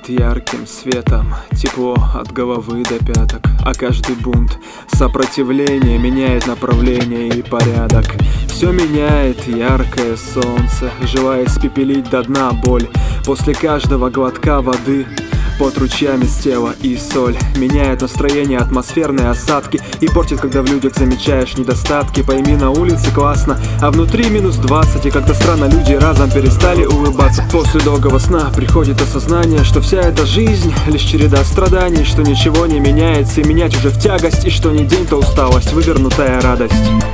сияет ярким светом, тепло от головы до пяток. А каждый бунт, сопротивление меняет направление и порядок. Все меняет яркое солнце, желая испепелить до дна боль. После каждого глотка воды под ручьями с тела и соль меняет настроение атмосферные осадки и портит, когда в людях замечаешь недостатки. Пойми, на улице классно, а внутри минус 20. И как-то странно люди разом перестали улыбаться. После долгого сна приходит осознание, что вся эта жизнь лишь череда страданий, что ничего не меняется и менять уже в тягость, и что не день, то усталость, вывернутая радость.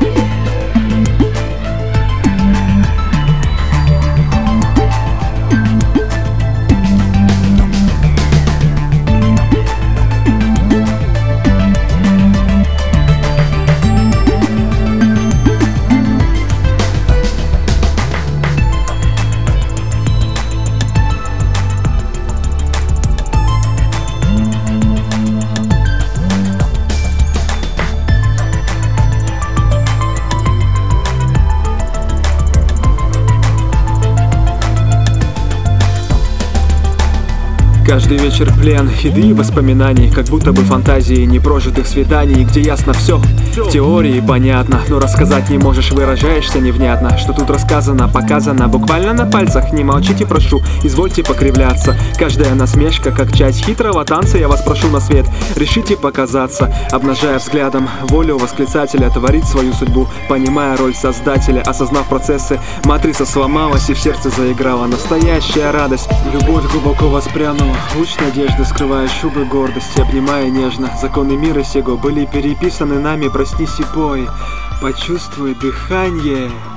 Каждый вечер плен, еды и воспоминаний, как будто бы фантазии непрожитых свиданий, где ясно все, в теории понятно, но рассказать не можешь, выражаешься невнятно. Что тут рассказано, показано, буквально на пальцах. Не молчите, прошу, извольте покривляться. Каждая насмешка, как часть хитрого танца. Я вас прошу на свет, решите показаться, обнажая взглядом волю восклицателя, творить свою судьбу, понимая роль создателя. Осознав процессы, матрица сломалась и в сердце заиграла настоящая радость. Любовь глубоко воспрянула, луч надежды, скрывая шубы гордости, обнимая нежно. Законы мира сего были переписаны нами, проснись и пой, почувствуй дыхание.